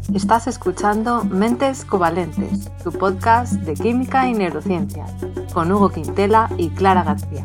Estás escuchando Mentes Covalentes, tu podcast de química y neurociencias, con Hugo Quintela y Clara García.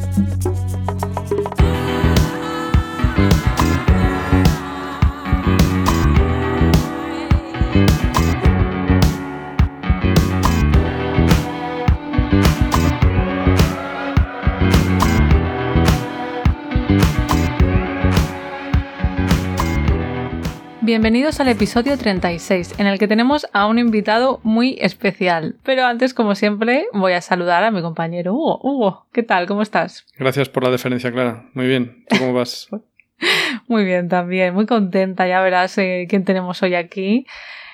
Bienvenidos al episodio 36, en el que tenemos a un invitado muy especial. Pero antes, como siempre, voy a saludar a mi compañero Hugo. Hugo, ¿qué tal? ¿Cómo estás? Gracias por la deferencia, Clara. Muy bien. ¿Tú cómo vas? Muy bien también. Muy contenta. Ya verás quién tenemos hoy aquí.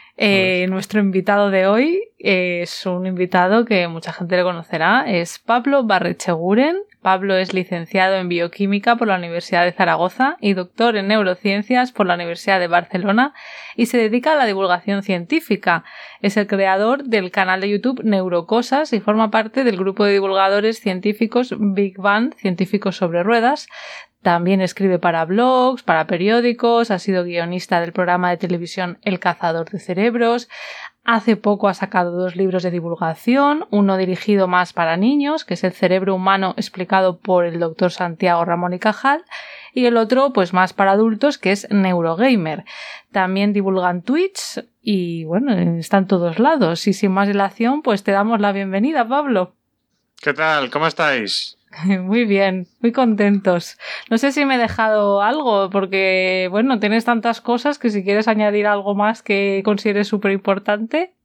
Nuestro invitado de hoy es un invitado que mucha gente le conocerá. Es Pablo Barretxeguren. Pablo es licenciado en Bioquímica por la Universidad de Zaragoza y doctor en Neurociencias por la Universidad de Barcelona y se dedica a la divulgación científica. Es el creador del canal de YouTube Neurocosas y forma parte del grupo de divulgadores científicos Big Bang, Científicos sobre Ruedas. También escribe para blogs, para periódicos, ha sido guionista del programa de televisión El Cazador de Cerebros. Hace poco ha sacado 2 libros de divulgación, uno dirigido más para niños, que es El cerebro humano explicado por el doctor Santiago Ramón y Cajal, y el otro, pues más para adultos, que es Neurogamer. También divulga en Twitch y, bueno, está en todos lados. Y sin más dilación, pues te damos la bienvenida, Pablo. ¿Qué tal? ¿Cómo estáis? Muy bien, muy contentos. No sé si me he dejado algo, porque, bueno, tienes tantas cosas que si quieres añadir algo más que consideres súper importante.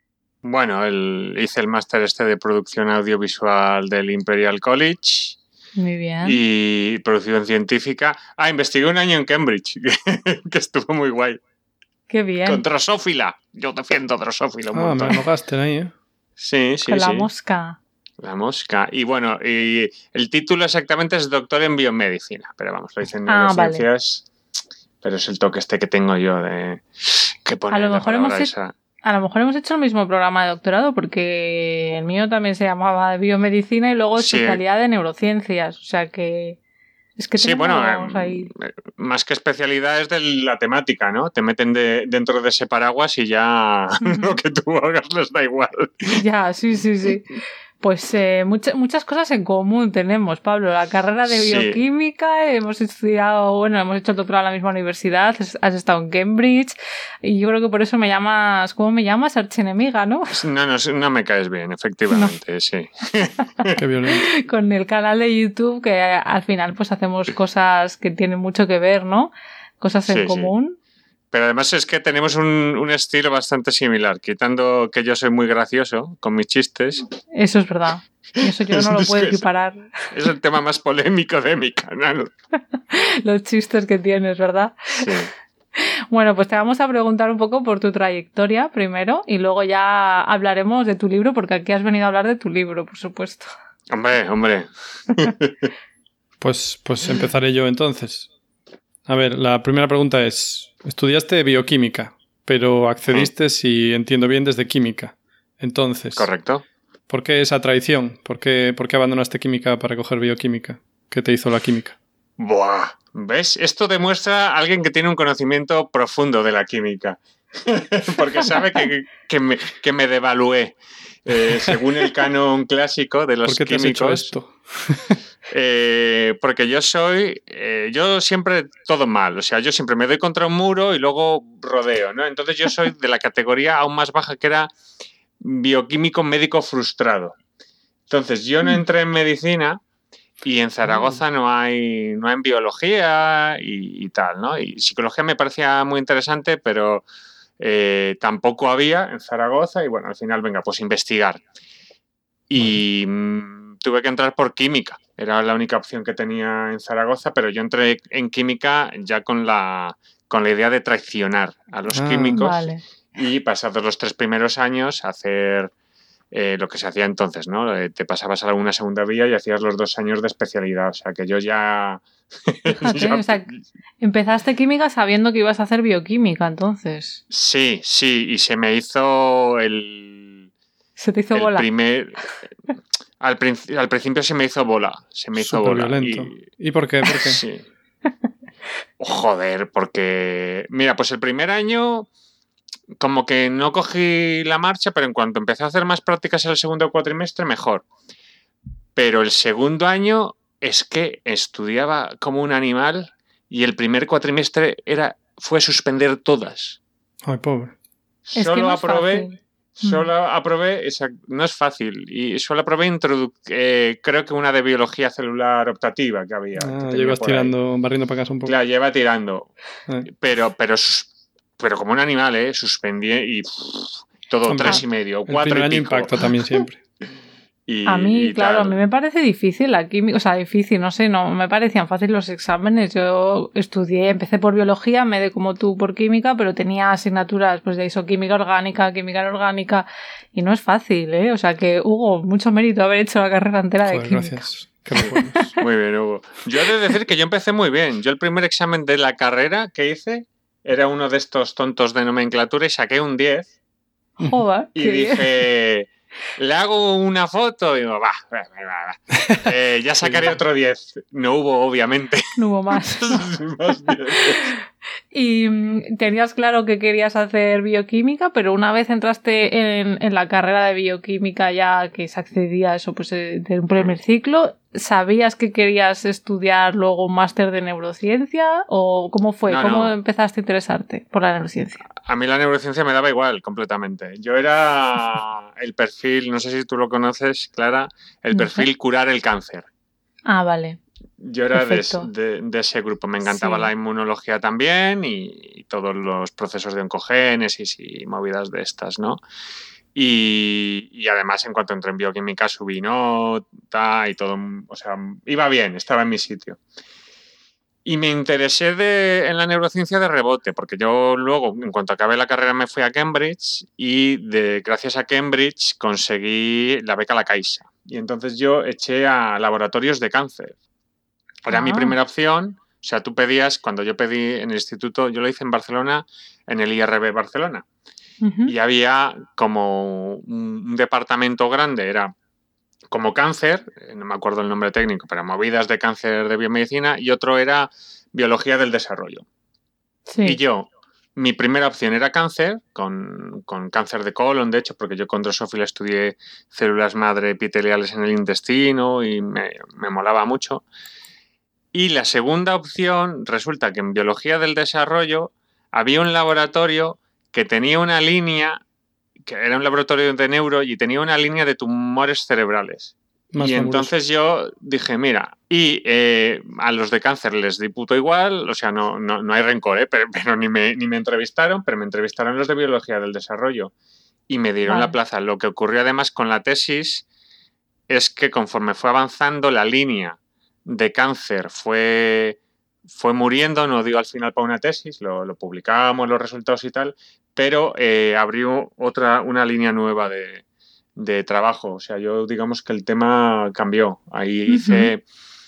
Bueno, hice el máster de producción audiovisual del Imperial College. Muy bien. Y producción científica. Investigué un año en Cambridge, que estuvo muy guay. Qué bien. Con Drosófila. Yo defiendo Drosófila un montón. Me mojaste ahí, ¿eh? Sí. Con la mosca. La mosca. Y bueno, y el título exactamente es doctor en biomedicina. Pero vamos, lo hice en neurociencias. Vale. Pero es el toque que tengo yo de... que poner a lo mejor hemos hecho el mismo programa de doctorado, porque el mío también se llamaba biomedicina y luego especialidad de neurociencias. O sea que... Es que ahí... más que especialidad es de la temática, ¿no? Te meten dentro de ese paraguas y ya lo que tú hagas les da igual. Ya, sí. Pues muchas cosas en común tenemos, Pablo. La carrera de bioquímica, hemos estudiado, hemos hecho el doctorado en la misma universidad, has estado en Cambridge y yo creo que por eso me llamas, ¿cómo me llamas? Archienemiga, ¿no? No me caes bien, efectivamente, no. Sí. Qué violento. Con el canal de YouTube que al final pues hacemos cosas que tienen mucho que ver, ¿no? Cosas en común. Pero además es que tenemos un estilo bastante similar, quitando que yo soy muy gracioso con mis chistes. Eso es verdad. Eso yo no lo puedo equiparar. Es el tema más polémico de mi canal. Los chistes que tienes, ¿verdad? Sí. Bueno, pues te vamos a preguntar un poco por tu trayectoria primero y luego ya hablaremos de tu libro, porque aquí has venido a hablar de tu libro, por supuesto. Hombre. Pues empezaré yo entonces. A ver, la primera pregunta es, estudiaste bioquímica, pero accediste, si entiendo bien, desde química. Entonces, correcto. ¿Por qué esa traición? ¿Por qué abandonaste química para coger bioquímica? ¿Qué te hizo la química? Buah, ¿ves? Esto demuestra a alguien que tiene un conocimiento profundo de la química. Porque sabe que me devalué. Según el canon clásico de los químicos. ¿Por qué te has hecho esto? Porque yo siempre todo mal, o sea, yo siempre me doy contra un muro y luego rodeo, ¿no? Entonces yo soy de la categoría aún más baja, que era bioquímico médico frustrado. Entonces yo no entré en medicina y en Zaragoza no hay en biología y tal, ¿no? Y psicología me parecía muy interesante, pero tampoco había en Zaragoza y bueno, al final, venga, pues investigar. Y tuve que entrar por química. Era la única opción que tenía en Zaragoza, pero yo entré en química ya con la idea de traicionar a los químicos. Vale. Y pasados los 3 primeros años hacer lo que se hacía entonces, ¿no? Te pasabas a una segunda vía y hacías los 2 años de especialidad. O sea, que yo ya... Fíjate, o sea, empezaste química sabiendo que ibas a hacer bioquímica, entonces. Sí, y se me hizo Se te hizo bola. Al principio se me hizo bola. Violento. ¿Y por qué? Sí. Joder, porque... Mira, pues el primer año como que no cogí la marcha, pero en cuanto empecé a hacer más prácticas en el segundo cuatrimestre, mejor. Pero el segundo año es que estudiaba como un animal y el primer cuatrimestre fue suspender todas. Ay, pobre. Solo aprobé, no es fácil, y solo aprobé creo que una de biología celular optativa que había. Que llevas tirando, barriendo para casa un poco. Claro, lleva tirando. Pero como un animal, suspendí y todo. Hombre, 3,5, 4 y pico. El primer año impacta también siempre. A mí, claro, a mí me parece difícil la química, o sea, difícil, no sé, no me parecían fáciles los exámenes. Yo empecé por biología, me de como tú por química, pero tenía asignaturas pues de química orgánica, y no es fácil, ¿eh? O sea, que Hugo, mucho mérito haber hecho la carrera entera de química. Gracias. Muy bien, Hugo. Yo he de decir que yo empecé muy bien. Yo el primer examen de la carrera que hice era uno de estos tontos de nomenclatura y saqué un 10. Joder. Y dije... Le hago una foto y digo, va. Ya sacaré otro 10. No hubo, obviamente. No hubo más. Y tenías claro que querías hacer bioquímica, pero una vez entraste en la carrera de bioquímica, ya que se accedía a eso pues de un primer ciclo, ¿sabías que querías estudiar luego un máster de neurociencia? ¿O cómo fue? ¿Cómo empezaste a interesarte por la neurociencia? A mí la neurociencia me daba igual completamente. Yo era el perfil, no sé si tú lo conoces, Clara, el perfil curar el cáncer. Ah, vale. Yo era de ese grupo. Me encantaba la inmunología también y todos los procesos de oncogénesis y movidas de estas, ¿no? Y además, en cuanto entré en bioquímica, subí nota y todo. O sea, iba bien, estaba en mi sitio. Y me interesé en la neurociencia de rebote, porque yo luego, en cuanto acabé la carrera, me fui a Cambridge y gracias a Cambridge conseguí la beca La Caixa. Y entonces yo eché a laboratorios de cáncer. Era mi primera opción. O sea, tú pedías, cuando yo pedí en el instituto, yo lo hice en Barcelona, en el IRB Barcelona. Uh-huh. Y había como un departamento grande, era como cáncer, no me acuerdo el nombre técnico, pero movidas de cáncer de biomedicina, y otro era biología del desarrollo. Sí. Y yo, mi primera opción era cáncer, con cáncer de colon, de hecho, porque yo con drosófila estudié células madre epiteliales en el intestino y me molaba mucho. Y la segunda opción, resulta que en biología del desarrollo había un laboratorio que tenía una línea, que era un laboratorio de neuro y tenía una línea de tumores cerebrales. Más y fabuloso. Entonces yo dije, mira, y a los de cáncer les di puto igual, o sea, no hay rencor, pero ni me entrevistaron, pero me entrevistaron los de biología del desarrollo y me dieron la plaza. Lo que ocurrió además con la tesis es que conforme fue avanzando la línea de cáncer fue muriendo, no digo al final para una tesis, lo publicábamos los resultados y tal, pero abrió una línea nueva de trabajo. O sea, yo digamos que el tema cambió. Ahí hice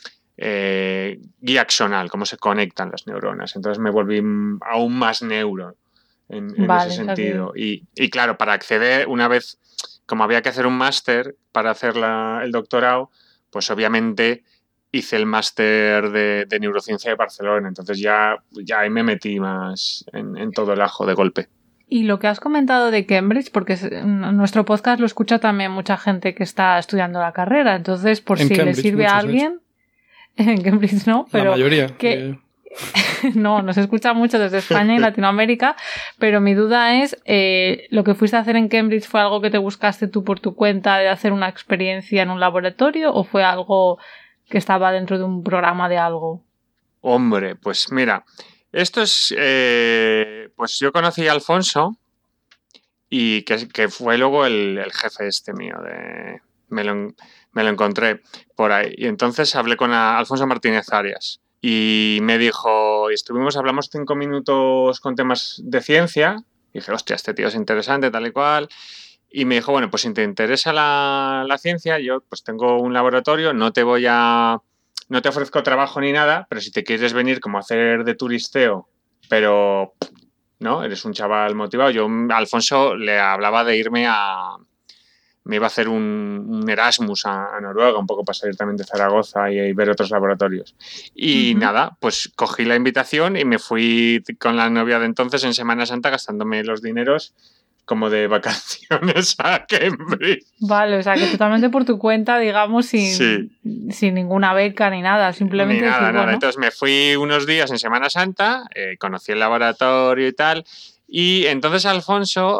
guía axonal, cómo se conectan las neuronas. Entonces me volví aún más neuro en ese sentido. Y claro, para acceder, una vez, como había que hacer un máster para hacer el doctorado, pues obviamente hice el máster de neurociencia de Barcelona, entonces ya ahí me metí más en todo el ajo de golpe. Y lo que has comentado de Cambridge, porque nuestro podcast lo escucha también mucha gente que está estudiando la carrera, entonces por si le sirve a alguien, en Cambridge no, pero la mayoría no, nos escucha mucho desde España y Latinoamérica, pero mi duda es, ¿lo que fuiste a hacer en Cambridge fue algo que te buscaste tú por tu cuenta de hacer una experiencia en un laboratorio o fue algo que estaba dentro de un programa de algo? Hombre, pues mira, esto es... pues yo conocí a Alfonso y que fue luego el jefe mío. Me lo encontré por ahí. Y entonces hablé con Alfonso Martínez Arias y me dijo... hablamos 5 minutos con temas de ciencia. Y dije, hostia, este tío es interesante, tal y cual... Y me dijo, bueno, pues si te interesa la ciencia, yo pues tengo un laboratorio, no te ofrezco trabajo ni nada, pero si te quieres venir como a hacer de turisteo, pero no, eres un chaval motivado. Yo a Alfonso le hablaba de irme a me iba a hacer un Erasmus a Noruega, un poco para salir también de Zaragoza y ver otros laboratorios. Y nada, pues cogí la invitación y me fui con la novia de entonces en Semana Santa gastándome los dineros como de vacaciones a Cambridge. Vale, o sea, que totalmente por tu cuenta, digamos, sin ninguna beca ni nada, simplemente... Ni nada, decir, nada. Bueno. Entonces me fui unos días en Semana Santa, conocí el laboratorio y tal, y entonces Alfonso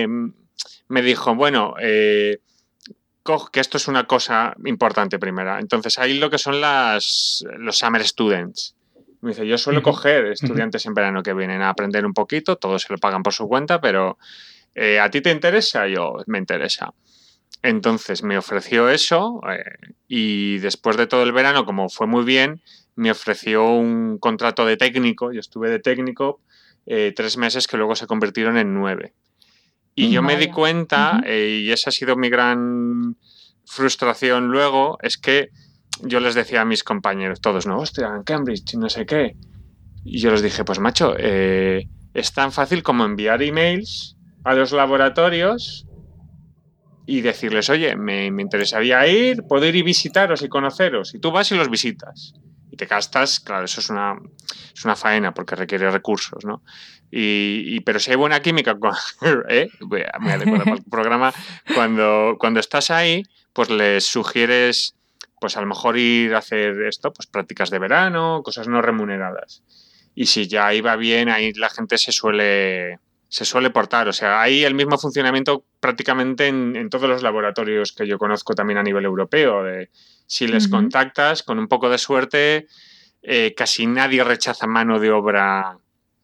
me dijo, bueno, que esto es una cosa importante primera. Entonces ahí lo que son los Summer Students. Me dice, yo suelo coger estudiantes en verano que vienen a aprender un poquito, todos se lo pagan por su cuenta, pero... ¿a ti te interesa? Yo, me interesa. Entonces me ofreció eso y después de todo el verano, como fue muy bien, me ofreció un contrato de técnico. Yo estuve de técnico 3 meses que luego se convirtieron en 9. Y yo me di cuenta, y esa ha sido mi gran frustración luego, es que yo les decía a mis compañeros, todos, no, hostia, en Cambridge, no sé qué. Y yo les dije, pues macho, es tan fácil como enviar emails a los laboratorios y decirles, oye, me interesaría ir, puedo ir y visitaros y conoceros. Y tú vas y los visitas. Y te gastas, claro, eso es una faena porque requiere recursos, ¿no? Pero si hay buena química, me adecuado para el programa, cuando estás ahí, pues les sugieres, pues a lo mejor ir a hacer esto, pues prácticas de verano, cosas no remuneradas. Y si ya ahí va bien, ahí la gente se suele portar. O sea, hay el mismo funcionamiento prácticamente en todos los laboratorios que yo conozco también a nivel europeo. Si les contactas, con un poco de suerte, casi nadie rechaza mano de obra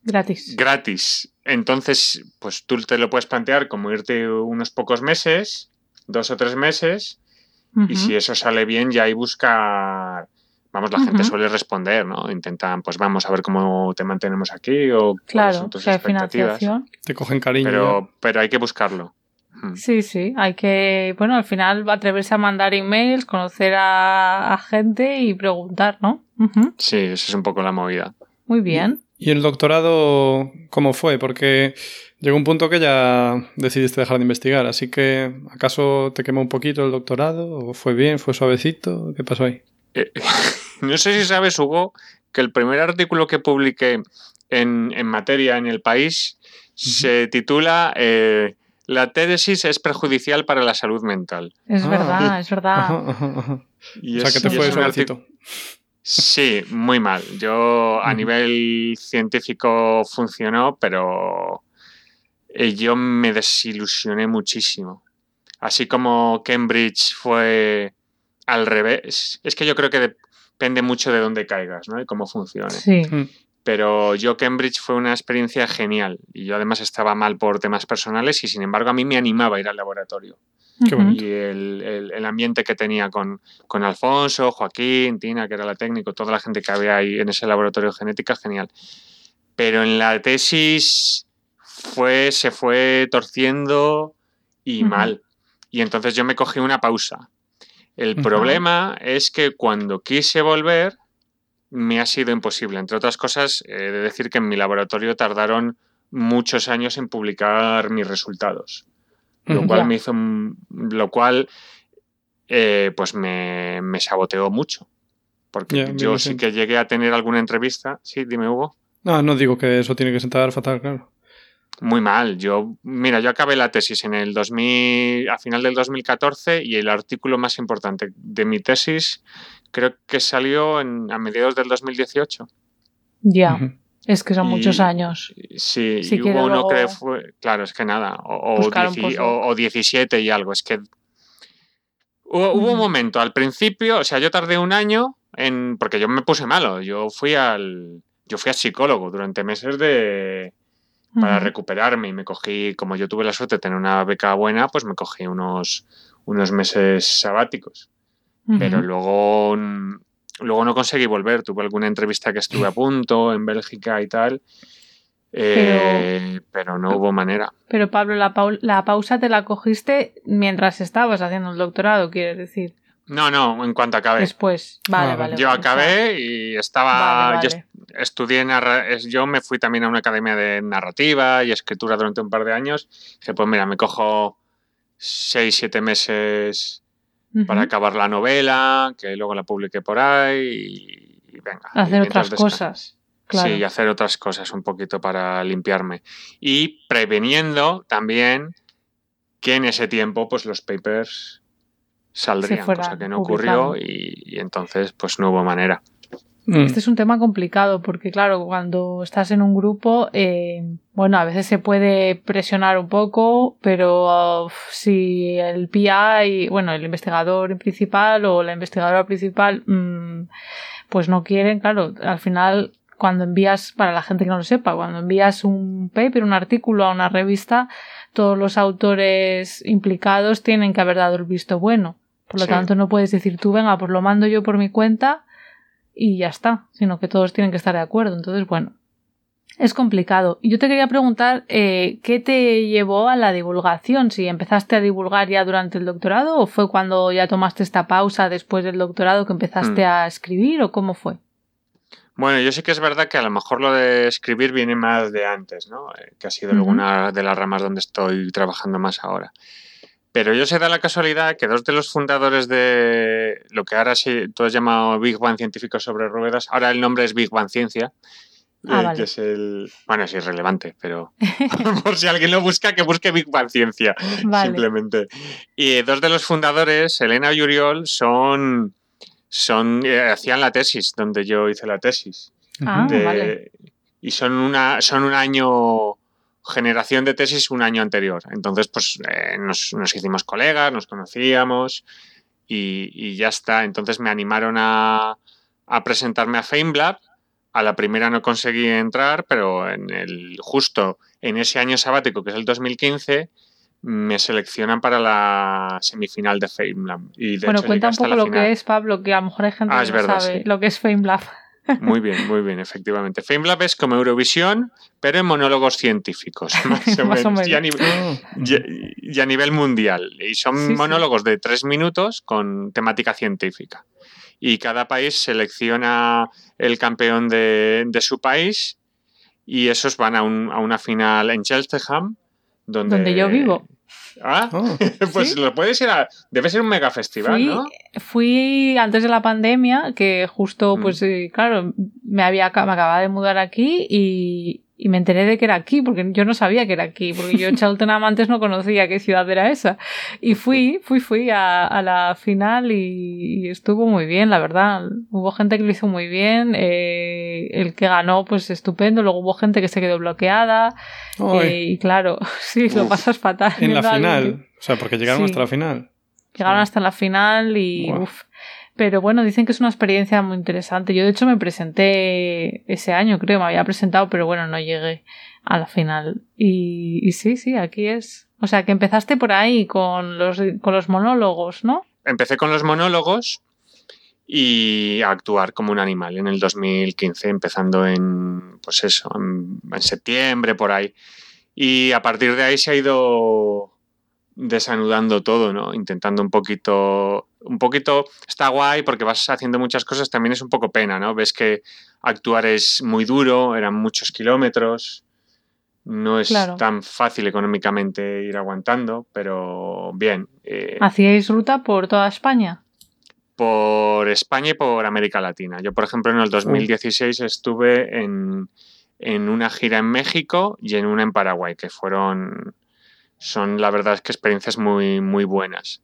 gratis. Entonces, pues tú te lo puedes plantear como irte unos pocos meses, 2 o 3 meses, y si eso sale bien, ya ahí buscar... Vamos, la gente suele responder, ¿no? Intentan, pues vamos a ver cómo te mantenemos aquí o cuáles son tus expectativas. Te cogen cariño. Pero hay que buscarlo. Sí, hay que, bueno, al final atreverse a mandar emails, conocer a gente y preguntar, ¿no? Sí, esa es un poco la movida. Muy bien. ¿Y el doctorado cómo fue? Porque llegó un punto que ya decidiste dejar de investigar, así que ¿acaso te quemó un poquito el doctorado? ¿O fue bien? ¿Fue suavecito? ¿Qué pasó ahí? No sé si sabes, Hugo, que el primer artículo que publiqué en materia en El País se titula La tesis es perjudicial para la salud mental. Es verdad, es verdad. O sea, que te fue suavecito. Sí, muy mal. Yo a nivel científico funcionó, pero yo me desilusioné muchísimo. Así como Cambridge fue al revés. Es que yo creo que depende mucho de dónde caigas, ¿no? Y cómo funcione. Sí. Pero Cambridge fue una experiencia genial. Y yo además estaba mal por temas personales y sin embargo a mí me animaba a ir al laboratorio. Qué bonito. Y el ambiente que tenía con Alfonso, Joaquín, Tina, que era la técnico, toda la gente que había ahí en ese laboratorio de genética, genial. Pero en la tesis se fue torciendo y mal. Y entonces yo me cogí una pausa. El problema es que cuando quise volver me ha sido imposible. Entre otras cosas, he de decir que en mi laboratorio tardaron muchos años en publicar mis resultados. Lo cual pues me saboteó mucho. Porque yo sí que llegué a tener alguna entrevista. Sí, dime, Hugo. No digo que eso tiene que sentar fatal, claro. Muy mal. Yo acabé la tesis en el 2000, a final del 2014 y el artículo más importante de mi tesis creo que salió a mediados del 2018. Ya. Es que son muchos años. Sí, y hubo uno que fue... Claro, es que nada. O 17 y algo. Es que hubo un momento al principio, o sea, yo tardé un año porque yo me puse malo. Yo fui al psicólogo durante meses para recuperarme y me cogí, como yo tuve la suerte de tener una beca buena, pues me cogí unos meses sabáticos. Pero luego no conseguí volver. Tuve alguna entrevista que estuve a punto en Bélgica y tal, pero no hubo manera. Pero Pablo, la pausa te la cogiste mientras estabas haciendo el doctorado, quieres decir. No, en cuanto acabé. Después, vale. Yo acabé y estaba... Vale. Yo estudié yo me fui también a una academia de narrativa y escritura durante un par de años. Dije, pues mira, me cojo 6-7 meses para acabar la novela, que luego la publiqué por ahí y venga. Hacer otras cosas. Claro. Sí, hacer otras cosas un poquito para limpiarme. Y preveniendo también que en ese tiempo pues los papers saldrían, cosa que no ocurrió y entonces pues no hubo manera. Este es un tema complicado porque, claro, cuando estás en un grupo, bueno, a veces se puede presionar un poco, pero si el PI, bueno, el investigador principal o la investigadora principal, pues no quieren, claro, al final, cuando envías, para la gente que no lo sepa, cuando envías un paper, un artículo a una revista, todos los autores implicados tienen que haber dado el visto bueno. Por lo tanto, no puedes decir tú, venga, pues lo mando yo por mi cuenta y ya está, sino que todos tienen que estar de acuerdo. Entonces, bueno, es complicado. Y yo te quería preguntar, ¿qué te llevó a la divulgación? ¿Si empezaste a divulgar ya durante el doctorado o fue cuando ya tomaste esta pausa después del doctorado que empezaste a escribir o cómo fue? Bueno, yo sí que es verdad que a lo mejor lo de escribir viene más de antes, ¿no? Que ha sido alguna de las ramas donde estoy trabajando más ahora. Pero yo se da la casualidad que dos de los fundadores de lo que ahora sí tú has llamado Big Bang científico sobre ruedas, ahora el nombre es Big Bang Ciencia, vale. que es el... Bueno, es irrelevante, pero por si alguien lo busca, que busque Big Bang Ciencia, simplemente. Y dos de los fundadores, Elena y Uriol, hacían la tesis, donde yo hice la tesis. Vale. Y son un año... generación de tesis un año anterior. Entonces, pues nos hicimos colegas, nos conocíamos y ya está. Entonces me animaron a presentarme a FameLab. A la primera no conseguí entrar, pero justo en ese año sabático, que es el 2015, me seleccionan para la semifinal de FameLab. Y de hecho, cuenta un poco lo que es, Pablo, que a lo mejor hay gente que no sabe lo que es FameLab. Muy bien, efectivamente. FameLab es como Eurovisión, pero en monólogos científicos, más o menos. Y a nivel mundial. Y son monólogos de 3 minutos con temática científica. Y cada país selecciona el campeón de su país y esos van a una final en Cheltenham, donde yo vivo. Pues ¿Sí? lo puedes ir a... Debe ser un mega festival, ¿no? Fui antes de la pandemia, que justo, pues claro, me acababa de mudar aquí y me enteré de que era aquí, porque yo no sabía que era aquí, porque yo Cheltenham antes no conocía qué ciudad era esa. Y fui a la final y estuvo muy bien, la verdad. Hubo gente que lo hizo muy bien, el que ganó, pues estupendo. Luego hubo gente que se quedó bloqueada. Y claro, sí, lo pasas fatal. En la final, o sea, porque llegaron hasta la final. Llegaron hasta la final y pero bueno, dicen que es una experiencia muy interesante. Yo de hecho me presenté ese año, creo, me había presentado, pero bueno, no llegué a la final. Y sí, aquí es. O sea, que empezaste por ahí con los monólogos, ¿no? Empecé con los monólogos y a actuar como un animal en el 2015, empezando en septiembre, por ahí. Y a partir de ahí se ha ido desanudando todo, ¿no? Intentando un poquito, está guay porque vas haciendo muchas cosas, también es un poco pena, ¿no? Ves que actuar es muy duro, eran muchos kilómetros, no es tan fácil económicamente ir aguantando, pero bien. ¿Hacíais ruta por toda España? Por España y por América Latina. Yo, por ejemplo, en el 2016 estuve en una gira en México y en una en Paraguay, que son la verdad es que experiencias muy, muy buenas.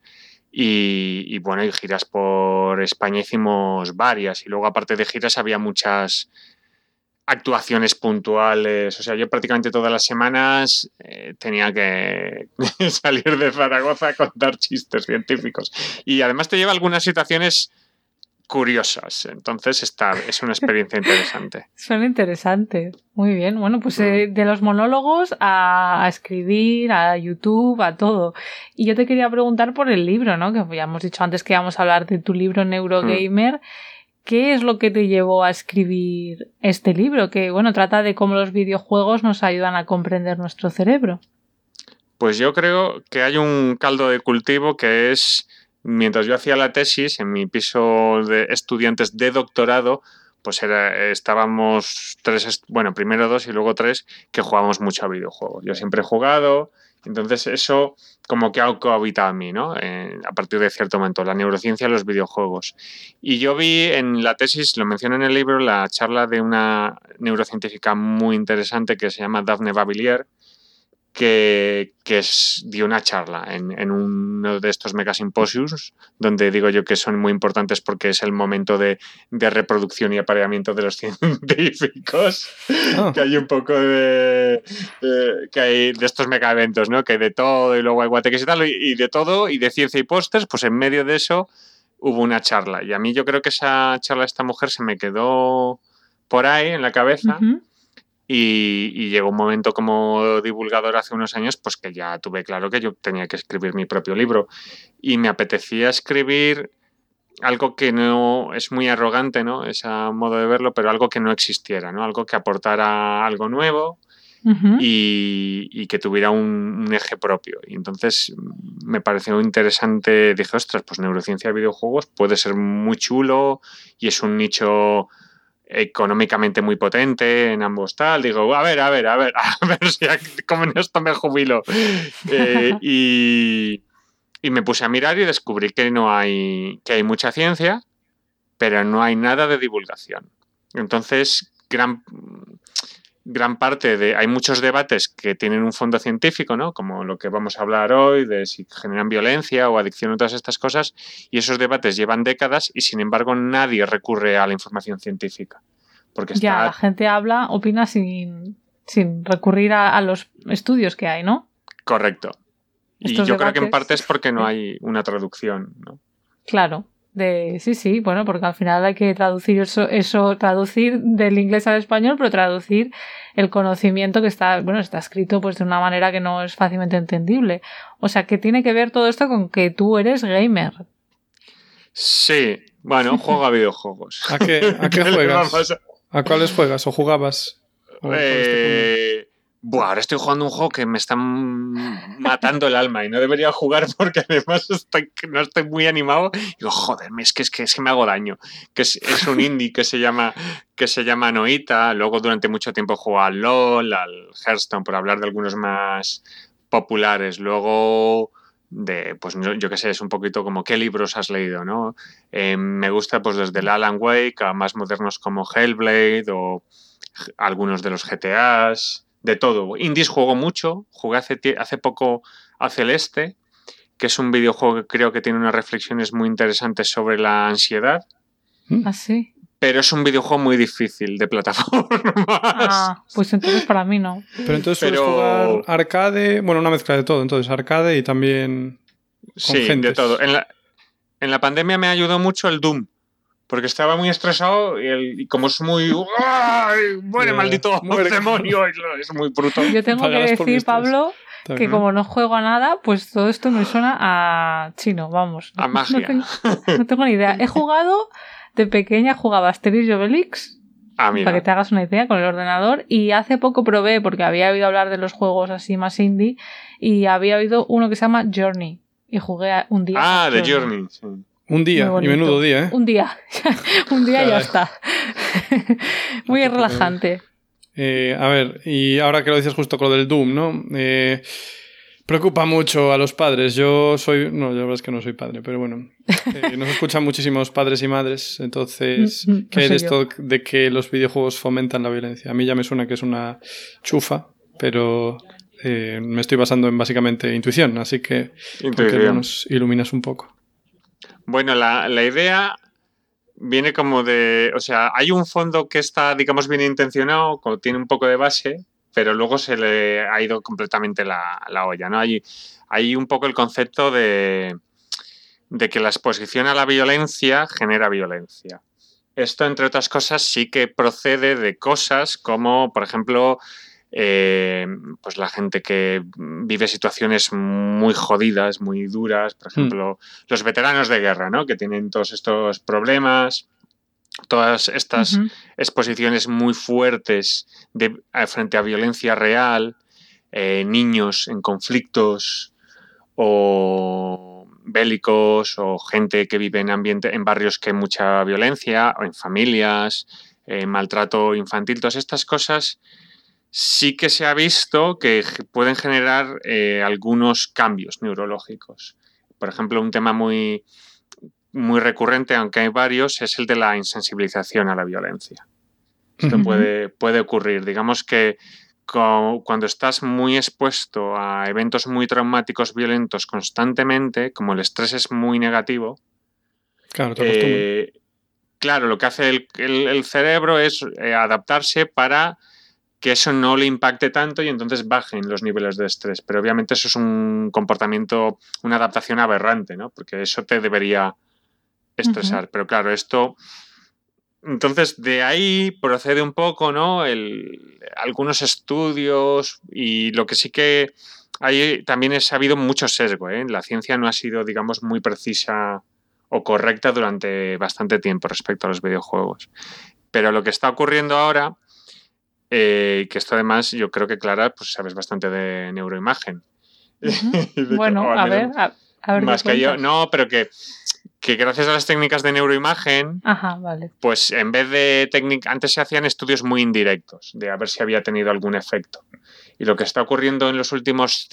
Y bueno, y giras por España hicimos varias y luego aparte de giras había muchas actuaciones puntuales. O sea, yo prácticamente todas las semanas tenía que salir de Zaragoza a contar chistes científicos. Y además te lleva a algunas situaciones curiosas. Entonces es una experiencia interesante. Suena interesante. Muy bien. Bueno, pues de los monólogos a escribir, a YouTube, a todo. Y yo te quería preguntar por el libro, ¿no? Que ya hemos dicho antes que íbamos a hablar de tu libro Neurogamer. ¿Qué es lo que te llevó a escribir este libro? Que, bueno, trata de cómo los videojuegos nos ayudan a comprender nuestro cerebro. Pues yo creo que hay un caldo de cultivo que es... Mientras yo hacía la tesis en mi piso de estudiantes de doctorado, pues estábamos primero 2 y luego 3 que jugábamos mucho a videojuegos. Yo siempre he jugado, entonces eso como que ha cohabitado en mí, ¿no? A partir de cierto momento, la neurociencia y los videojuegos. Y yo vi en la tesis, lo menciono en el libro, la charla de una neurocientífica muy interesante que se llama Daphne Bavillier, que dio una charla en uno de estos megasimposios, donde digo yo que son muy importantes porque es el momento de reproducción y apareamiento de los científicos, que hay un poco que hay de estos mega eventos, ¿no? Que hay de todo y luego hay guateques y tal, y de todo, y de ciencia y pósters, pues en medio de eso hubo una charla. Y a mí yo creo que esa charla de esta mujer se me quedó por ahí en la cabeza. Y llegó un momento como divulgador hace unos años, pues que ya tuve claro que yo tenía que escribir mi propio libro. Y me apetecía escribir algo que no es muy arrogante, ¿no? Ese modo de verlo, pero algo que no existiera, ¿no? Algo que aportara algo nuevo y que tuviera un eje propio. Y entonces me pareció interesante. Dije, ostras, pues neurociencia de videojuegos puede ser muy chulo y es un nicho económicamente muy potente en ambos tal. Digo, a ver si con esto me jubilo. Y me puse a mirar y descubrí que hay mucha ciencia, pero no hay nada de divulgación. Entonces, gran parte hay muchos debates que tienen un fondo científico, ¿no? Como lo que vamos a hablar hoy, de si generan violencia o adicción o todas estas cosas, y esos debates llevan décadas y sin embargo nadie recurre a la información científica. Porque la gente opina sin recurrir a los estudios que hay, ¿no? Correcto. Y yo creo que en parte es porque no hay una traducción, ¿no? Claro. Sí, bueno, porque al final hay que traducir eso, traducir del inglés al español, pero traducir el conocimiento que está escrito pues de una manera que no es fácilmente entendible. O sea, que tiene que ver todo esto con que tú eres gamer. Sí, bueno, juego a videojuegos. ¿A qué juegas? ¿A cuáles juegas o jugabas? Ahora estoy jugando un juego que me está matando el alma y no debería jugar porque además no estoy muy animado. Digo, joder, es que me hago daño. Que es un indie que se llama Noita. Luego durante mucho tiempo jugué al LoL, al Hearthstone, por hablar de algunos más populares. Luego pues yo qué sé, es un poquito como qué libros has leído, ¿no? Me gusta pues desde el Alan Wake a más modernos como Hellblade o algunos de los GTAs. De todo. Indies juego mucho. Jugué hace poco a Celeste, que es un videojuego que creo que tiene unas reflexiones muy interesantes sobre la ansiedad. ¿Ah, sí? Pero es un videojuego muy difícil de plataformas. Pues entonces para mí no. Pero entonces sueles jugar arcade, bueno, una mezcla de todo. Entonces arcade y también con gentes. De todo. En la pandemia me ayudó mucho el Doom. Porque estaba muy estresado y como es muy... ¡Ay! ¡Muere, maldito demonio! Es muy bruto. Yo tengo que decir, Pablo, que como no juego a nada, pues todo esto me suena a chino, vamos. A magia. No tengo ni idea. He jugado, de pequeña jugaba Asterix y Obelix, para que te hagas una idea, con el ordenador. Y hace poco probé, porque había oído hablar de los juegos así más indie, y había oído uno que se llama Journey. Y jugué un día. The Journey, sí. Un día, y menudo día, ¿eh? Un día ya está. Muy relajante. A ver, y ahora que lo dices justo con lo del Doom, ¿no? Preocupa mucho a los padres. No, la verdad es que no soy padre, pero bueno. Nos escuchan muchísimos padres y madres, entonces, ¿qué hay de esto de que los videojuegos fomentan la violencia? A mí ya me suena que es una chufa, pero me estoy basando en básicamente intuición, así que ¿por qué no nos iluminas un poco? Bueno, la idea viene como de... O sea, hay un fondo que está, digamos, bien intencionado, tiene un poco de base, pero luego se le ha ido completamente la olla, ¿no? Hay un poco el concepto de que la exposición a la violencia genera violencia. Esto, entre otras cosas, sí que procede de cosas como, por ejemplo... pues la gente que vive situaciones muy jodidas, muy duras, por ejemplo, los veteranos de guerra, ¿no? Que tienen todos estos problemas, todas estas exposiciones muy fuertes frente a violencia real, niños en conflictos o bélicos o gente que vive en barrios que hay mucha violencia o en familias. maltrato infantil, todas estas cosas sí que se ha visto que pueden generar algunos cambios neurológicos. Por ejemplo, un tema muy, muy recurrente, aunque hay varios, es el de la insensibilización a la violencia. Esto puede ocurrir. Digamos que cuando estás muy expuesto a eventos muy traumáticos violentos constantemente, como el estrés es muy negativo, claro, te acostumbras. Claro, lo que hace el cerebro es adaptarse para que eso no le impacte tanto y entonces bajen los niveles de estrés. Pero obviamente eso es un comportamiento, una adaptación aberrante, ¿no? Porque eso te debería estresar. Pero claro, esto... Entonces, de ahí procede un poco, ¿no? Algunos estudios y lo que sí que hay también ha habido mucho sesgo, ¿eh? La ciencia no ha sido, digamos, muy precisa o correcta durante bastante tiempo respecto a los videojuegos. Pero lo que está ocurriendo ahora, que esto además yo creo que Clara, pues sabes bastante de neuroimagen. Bueno, a ver más que yo, no, pero que gracias a las técnicas de neuroimagen, vale. pues en vez de antes se hacían estudios muy indirectos de a ver si había tenido algún efecto. Y lo que está ocurriendo en los últimos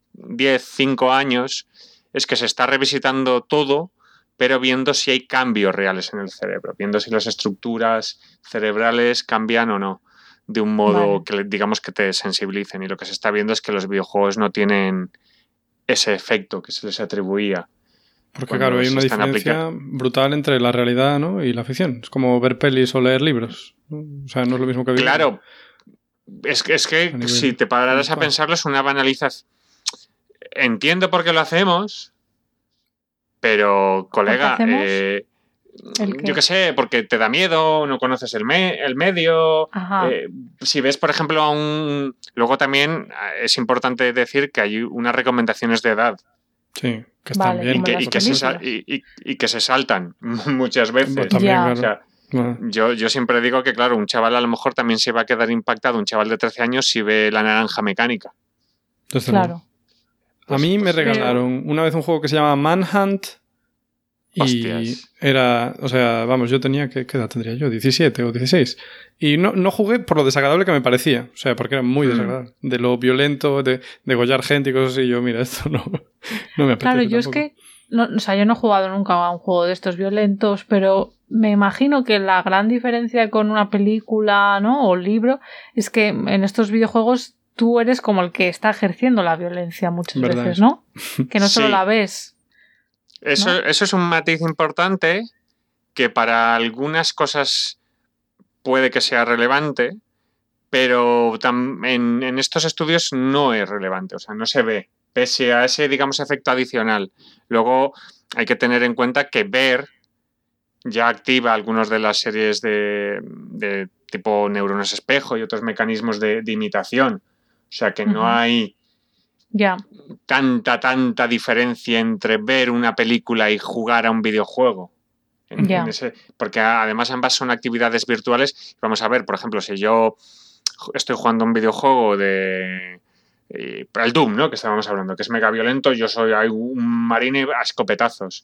5 años es que se está revisitando todo, pero viendo si hay cambios reales en el cerebro, viendo si las estructuras cerebrales cambian o no, de un modo que digamos que te sensibilicen. Y lo que se está viendo es que los videojuegos no tienen ese efecto que se les atribuía. Porque claro, hay una diferencia brutal entre la realidad, ¿no? y la ficción. Es como ver pelis o leer libros, ¿no? O sea, no es lo mismo que ver. Claro, es que si te pararas a pensarlo es una banalización. Entiendo por qué lo hacemos, pero, colega, yo qué sé, porque te da miedo, no conoces el medio. Si ves, por ejemplo, Luego también es importante decir que hay unas recomendaciones de edad. Sí, que están bien. Y que se saltan muchas veces. También, claro. O sea, yo siempre digo que, claro, un chaval a lo mejor también se va a quedar impactado, un chaval de 13 años, si ve La Naranja Mecánica. Entonces, claro. A mí me regalaron una vez un juego que se llama Manhunt y Hostias. Era, o sea, vamos, yo tenía, ¿qué edad tendría yo? 17 o 16. Y no jugué por lo desagradable que me parecía, o sea, porque era muy desagradable. De lo violento, de degollar gente y cosas así, yo, mira, esto no me apetece. Claro, yo tampoco. Es que, yo no he jugado nunca a un juego de estos violentos, pero me imagino que la gran diferencia con una película, ¿no? o libro es que en estos videojuegos tú eres como el que está ejerciendo la violencia muchas veces, ¿no? Que no solo la ves. Eso es un matiz importante que para algunas cosas puede que sea relevante, pero en estos estudios no es relevante, o sea, no se ve, pese a ese, digamos, efecto adicional. Luego hay que tener en cuenta que ver ya activa algunas de las series de tipo neuronas espejo y otros mecanismos de imitación. O sea que no hay tanta diferencia entre ver una película y jugar a un videojuego. Porque además ambas son actividades virtuales. Vamos a ver, por ejemplo, si yo estoy jugando un videojuego de el Doom, ¿no? que estábamos hablando, que es mega violento, yo soy un marine a escopetazos.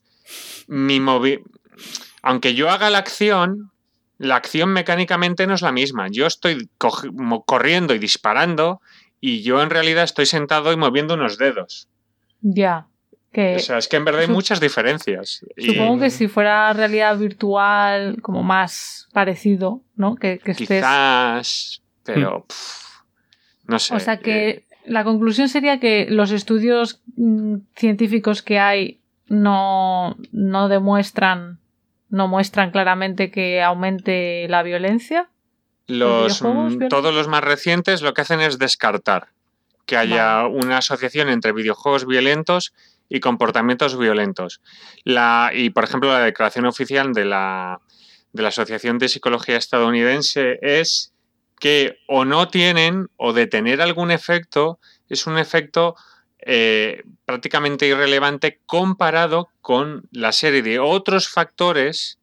Aunque yo haga la acción mecánicamente no es la misma. Yo estoy corriendo y disparando y yo en realidad estoy sentado y moviendo unos dedos. Ya. O sea, es que en verdad hay muchas diferencias. Supongo que si fuera realidad virtual, como más parecido, ¿no? Que quizás, pero no sé. O sea que la conclusión sería que los estudios científicos que hay no muestran claramente que aumente la violencia. Todos los más recientes lo que hacen es descartar que haya una asociación entre videojuegos violentos y comportamientos violentos. Y, por ejemplo, la declaración oficial de la Asociación de Psicología Estadounidense es que o no tienen o de tener algún efecto es un efecto prácticamente irrelevante comparado con la serie de otros factores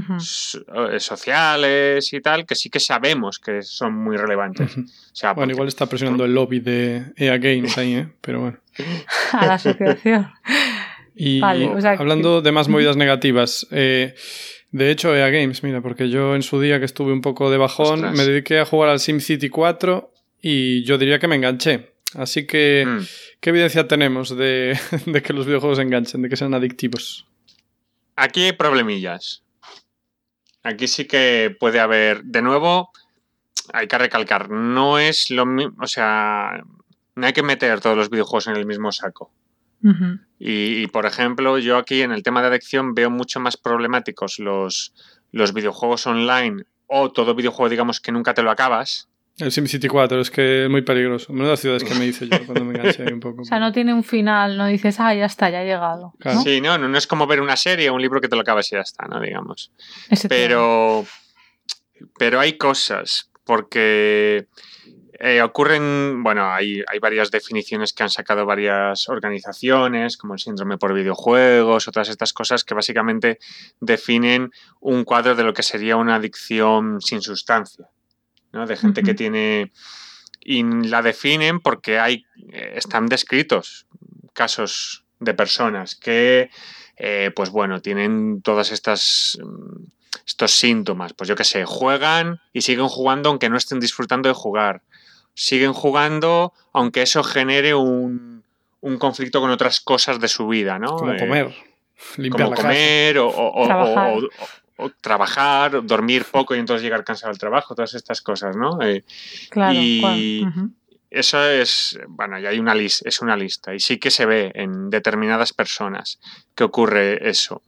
sociales y tal, que sí que sabemos que son muy relevantes. O sea, bueno, igual está presionando el lobby de EA Games ahí, pero bueno. A la asociación. Y hablando de más movidas negativas, de De hecho, EA Games, mira, porque yo en su día que estuve un poco de bajón, me dediqué a jugar al SimCity 4 y yo diría que me enganché. Así que, ¿qué evidencia tenemos de que los videojuegos enganchen, de que sean adictivos? Aquí hay problemillas. Aquí sí que puede haber... De nuevo, hay que recalcar, no es lo mismo... O sea, no hay que meter todos los videojuegos en el mismo saco. Uh-huh. Y, por ejemplo, yo aquí en el tema de adicción veo mucho más problemáticos los videojuegos online o todo videojuego, digamos, que nunca te lo acabas. El SimCity 4 es que es muy peligroso. Menudas ciudades que me hice yo cuando me enganché ahí un poco. O sea, no tiene un final, no dices, ya está, ya ha llegado. Claro. ¿No? Sí, no es como ver una serie o un libro que te lo acabas y ya está, ¿no? Digamos. Pero hay cosas, porque ocurren, bueno, hay varias definiciones que han sacado varias organizaciones, como el síndrome por videojuegos, otras estas cosas que básicamente definen un cuadro de lo que sería una adicción sin sustancia, ¿no? De gente que tiene... Y la definen porque están descritos casos de personas que, pues bueno, tienen todas estos síntomas. Pues yo qué sé, juegan y siguen jugando aunque no estén disfrutando de jugar. Siguen jugando aunque eso genere un conflicto con otras cosas de su vida, ¿no? Como comer, limpiar como la comer trabajar. o trabajar, dormir poco y entonces llegar cansado al trabajo, todas estas cosas, ¿no? Claro, y eso es, bueno, ya hay es una lista y sí que se ve en determinadas personas que ocurre eso.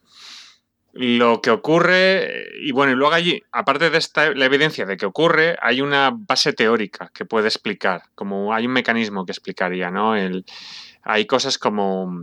Lo que ocurre, y bueno, y luego allí, aparte de la evidencia de que ocurre, hay una base teórica que puede explicar, como hay un mecanismo que explicaría, ¿no? Hay cosas como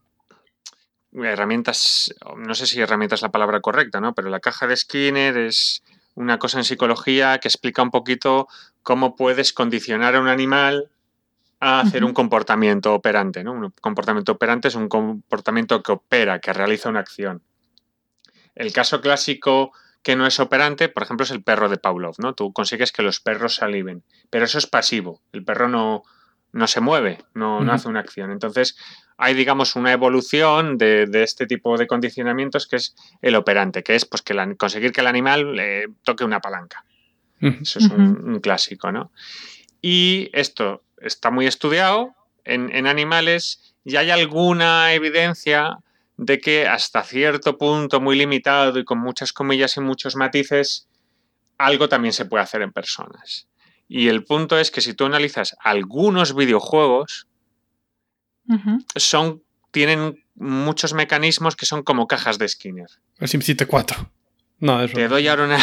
herramientas, no sé si herramienta es la palabra correcta, ¿no? Pero la caja de Skinner es una cosa en psicología que explica un poquito cómo puedes condicionar a un animal a hacer un comportamiento operante, ¿no? Un comportamiento operante es un comportamiento que opera, que realiza una acción. El caso clásico que no es operante, por ejemplo, es el perro de Pavlov, ¿no? Tú consigues que los perros saliven, pero eso es pasivo. El perro no se mueve, no hace una acción. Entonces, hay, digamos, una evolución de este tipo de condicionamientos que es el operante, que es pues, conseguir que el animal toque una palanca. Eso es un clásico, ¿no? Y esto está muy estudiado en animales y hay alguna evidencia de que hasta cierto punto muy limitado y con muchas comillas y muchos matices, algo también se puede hacer en personas. Y el punto es que si tú analizas algunos videojuegos, tienen muchos mecanismos que son como cajas de Skinner. El SimCity 4. No, eso. Te doy ahora una...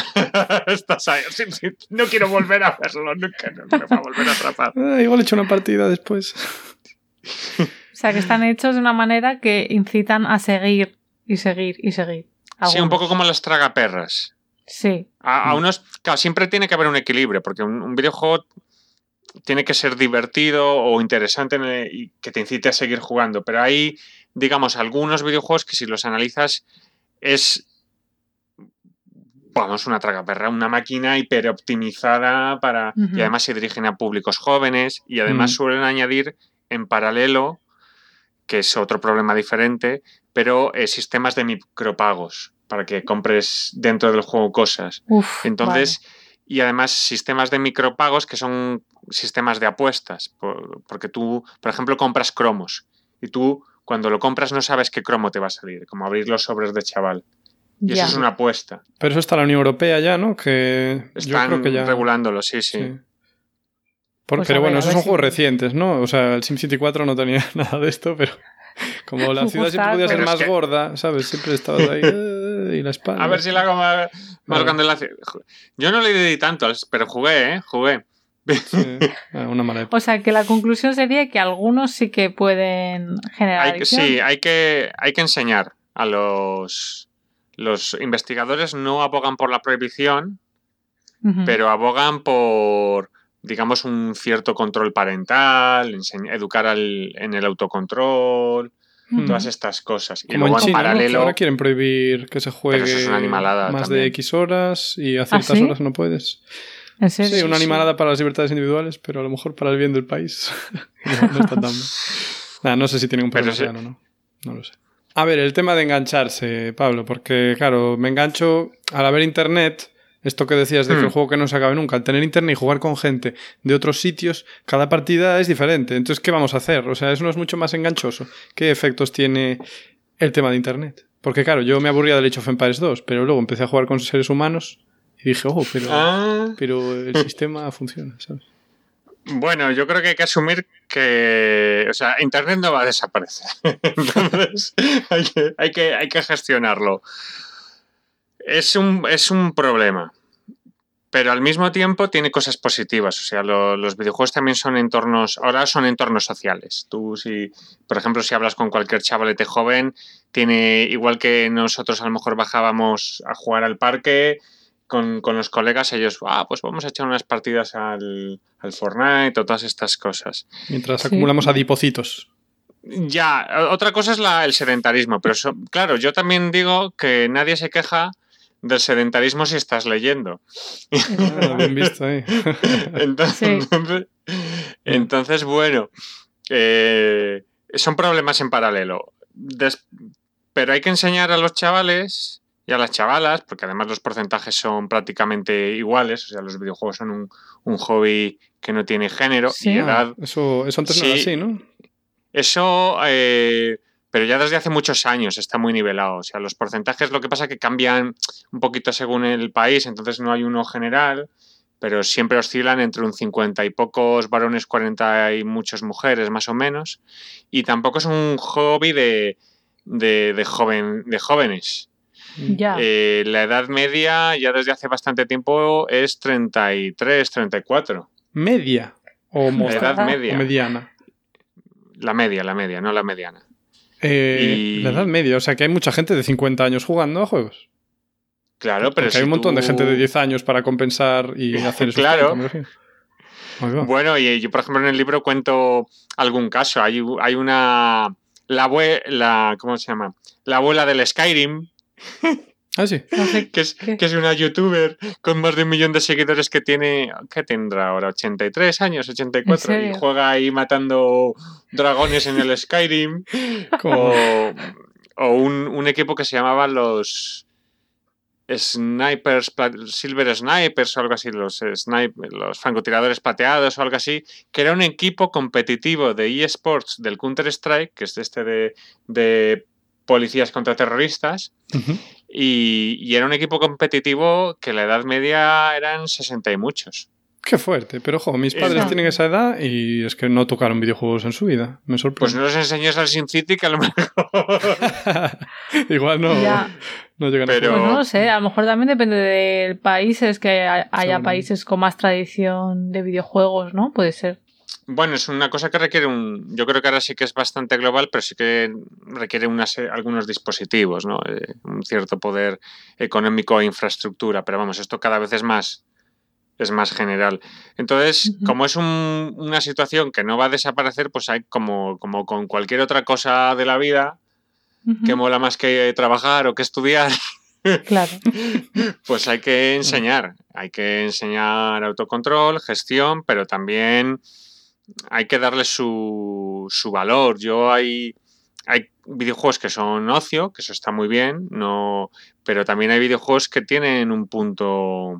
No quiero volver a verlo, nunca me va a volver a atrapar. Igual he hecho una partida después. O sea, que están hechos de una manera que incitan a seguir y seguir y seguir. Algunos. Sí, un poco como las tragaperras. Sí. A unos, claro, siempre tiene que haber un equilibrio, porque un videojuego tiene que ser divertido o interesante y que te incite a seguir jugando. Pero hay, digamos, algunos videojuegos que si los analizas es, vamos, una tragaperra, una máquina hiperoptimizada para... Y además se dirigen a públicos jóvenes y además suelen añadir en paralelo, que es otro problema diferente, pero sistemas de micropagos para que compres dentro del juego cosas. Entonces, vale. Y además sistemas de micropagos que son sistemas de apuestas, porque tú, por ejemplo, compras cromos y tú cuando lo compras no sabes qué cromo te va a salir, como abrir los sobres de chaval. Y eso es una apuesta. Pero eso está en la Unión Europea ya, ¿no? Que están yo creo que ya... regulándolo, sí. Pues pero bueno, esos son juegos recientes, ¿no? O sea, el SimCity 4 no tenía nada de esto, pero como la ciudad siempre podía ser más gorda, ¿sabes? Siempre estabas ahí y la espalda. A ver si la hago más grande la ciudad. Yo no le di tanto, pero jugué. Sí, una mala época. O sea, que la conclusión sería que algunos sí que pueden generar adicción. Sí, hay que enseñar a los investigadores, no abogan por la prohibición, pero abogan por, digamos, un cierto control parental, educar en el autocontrol, todas estas cosas. Y como luego en China, paralelo... ¿no? Ahora quieren prohibir que se juegue pero eso es una animalada más también. de X horas y a ciertas horas no puedes. ¿En serio? Sí, una animalada para las libertades individuales, pero a lo mejor para el bien del país no está tan... no sé si tiene un problema o no lo sé. A ver, el tema de engancharse, Pablo, porque claro, me engancho al haber internet, esto que decías de que el juego que no se acabe nunca, al tener internet y jugar con gente de otros sitios, cada partida es diferente. Entonces, ¿qué vamos a hacer? O sea, eso no es mucho más enganchoso. ¿Qué efectos tiene el tema de internet? Porque claro, yo me aburría del Age of Empires 2, pero luego empecé a jugar con seres humanos y dije, pero el sistema funciona, ¿sabes? Bueno, yo creo que hay que asumir que, o sea, Internet no va a desaparecer. Entonces, hay que gestionarlo. Es un problema, pero al mismo tiempo tiene cosas positivas. O sea, los videojuegos también son ahora son entornos sociales. Tú, por ejemplo, si hablas con cualquier chavalete joven, igual que nosotros a lo mejor bajábamos a jugar al parque con los colegas, ellos, pues vamos a echar unas partidas al Fortnite o todas estas cosas. Mientras acumulamos adipocitos. Ya, otra cosa es el sedentarismo, pero claro, yo también digo que nadie se queja del sedentarismo si estás leyendo. Bien visto ahí. Entonces, bueno, son problemas en paralelo. Pero hay que enseñar a los chavales y a las chavalas, porque además los porcentajes son prácticamente iguales, o sea, los videojuegos son un hobby que no tiene género y edad. Eso antes no era así, ¿no? Eso, pero ya desde hace muchos años está muy nivelado. O sea, los porcentajes lo que pasa es que cambian un poquito según el país, entonces no hay uno general, pero siempre oscilan entre un 50 y pocos varones, 40 y muchas mujeres, más o menos. Y tampoco es un hobby de jóvenes. Ya. La edad media ya desde hace bastante tiempo es 33, 34. ¿Media? ¿O la edad media? ¿O mediana? La media, no la mediana. La edad media, o sea que hay mucha gente de 50 años jugando a juegos. Claro, pero hay un montón de gente de 10 años para compensar y hacer eso. Claro. Bueno, y yo, por ejemplo, en el libro cuento algún caso. Hay una... ¿cómo se llama? La abuela del Skyrim. Ah, sí. Que es una youtuber con más de 1 millón de seguidores que tiene... ¿Qué tendrá ahora? 83 años, 84. Y juega ahí matando dragones en el Skyrim. O un equipo que se llamaba los Snipers, Silver Snipers o algo así, los francotiradores plateados o algo así, que era un equipo competitivo de eSports del Counter-Strike, que es de policías contra terroristas. Uh-huh. Y era un equipo competitivo que la edad media eran 60 y muchos. Qué fuerte, pero mis padres tienen esa edad y es que no tocaron videojuegos en su vida. Me sorprende. Pues no los enseñas al Sin City, que a lo mejor... Igual no llegan a jugar. Pues no lo sé, a lo mejor también depende del país, es que haya países con más tradición de videojuegos, ¿no? Puede ser. Bueno, es una cosa que requiere yo creo que ahora sí que es bastante global, pero sí que requiere algunos dispositivos, ¿no? Un cierto poder económico e infraestructura, pero vamos, esto cada vez es más general. Entonces, como es una situación que no va a desaparecer, pues hay como con cualquier otra cosa de la vida que mola más que trabajar o que estudiar. Claro. Pues hay que enseñar autocontrol, gestión, pero también hay que darle su valor. Hay videojuegos que son ocio, que eso está muy bien, pero también hay videojuegos que tienen un punto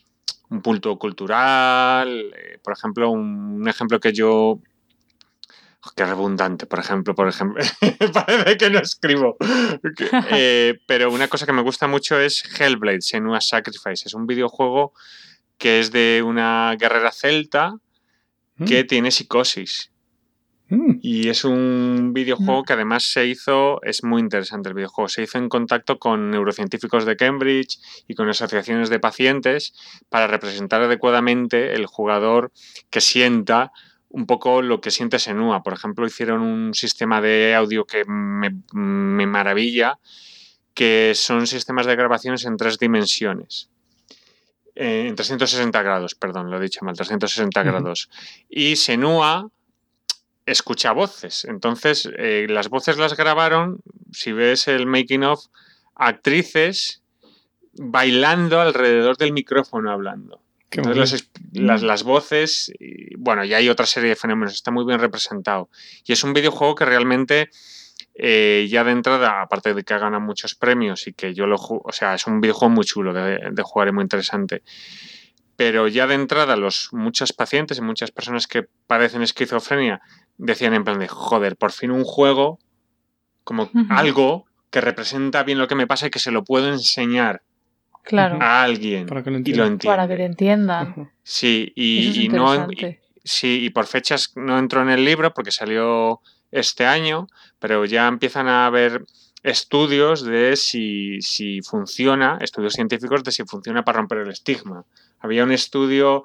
cultural. Por ejemplo, un ejemplo que yo... Qué redundante, por ejemplo. Parece que no escribo. Pero una cosa que me gusta mucho es Hellblade: Senua's Sacrifice. Es un videojuego que es de una guerrera celta que tiene psicosis. Y es un videojuego que además es muy interesante el videojuego, se hizo en contacto con neurocientíficos de Cambridge y con asociaciones de pacientes para representar adecuadamente el jugador que sienta un poco lo que siente Senua. Por ejemplo, hicieron un sistema de audio que me maravilla, que son sistemas de grabaciones en 3 dimensiones. En 360 grados, perdón, lo he dicho mal, 360 grados. Y Senua escucha voces. Entonces, las voces las grabaron, si ves el making of, actrices bailando alrededor del micrófono hablando. Entonces, las voces, y hay otra serie de fenómenos, está muy bien representado. Y es un videojuego que realmente ya de entrada, aparte de que ha ganado muchos premios y que yo o sea, es un videojuego muy chulo de jugar y muy interesante. Pero ya de entrada muchos pacientes y muchas personas que padecen esquizofrenia decían en plan de, joder, por fin un juego como algo que representa bien lo que me pasa y que se lo puedo enseñar a alguien y lo entiende. Para que te entiendan. Sí, y por fechas no entró en el libro porque salió este año, pero ya empiezan a haber estudios de si funciona, estudios científicos de si funciona para romper el estigma. Había un estudio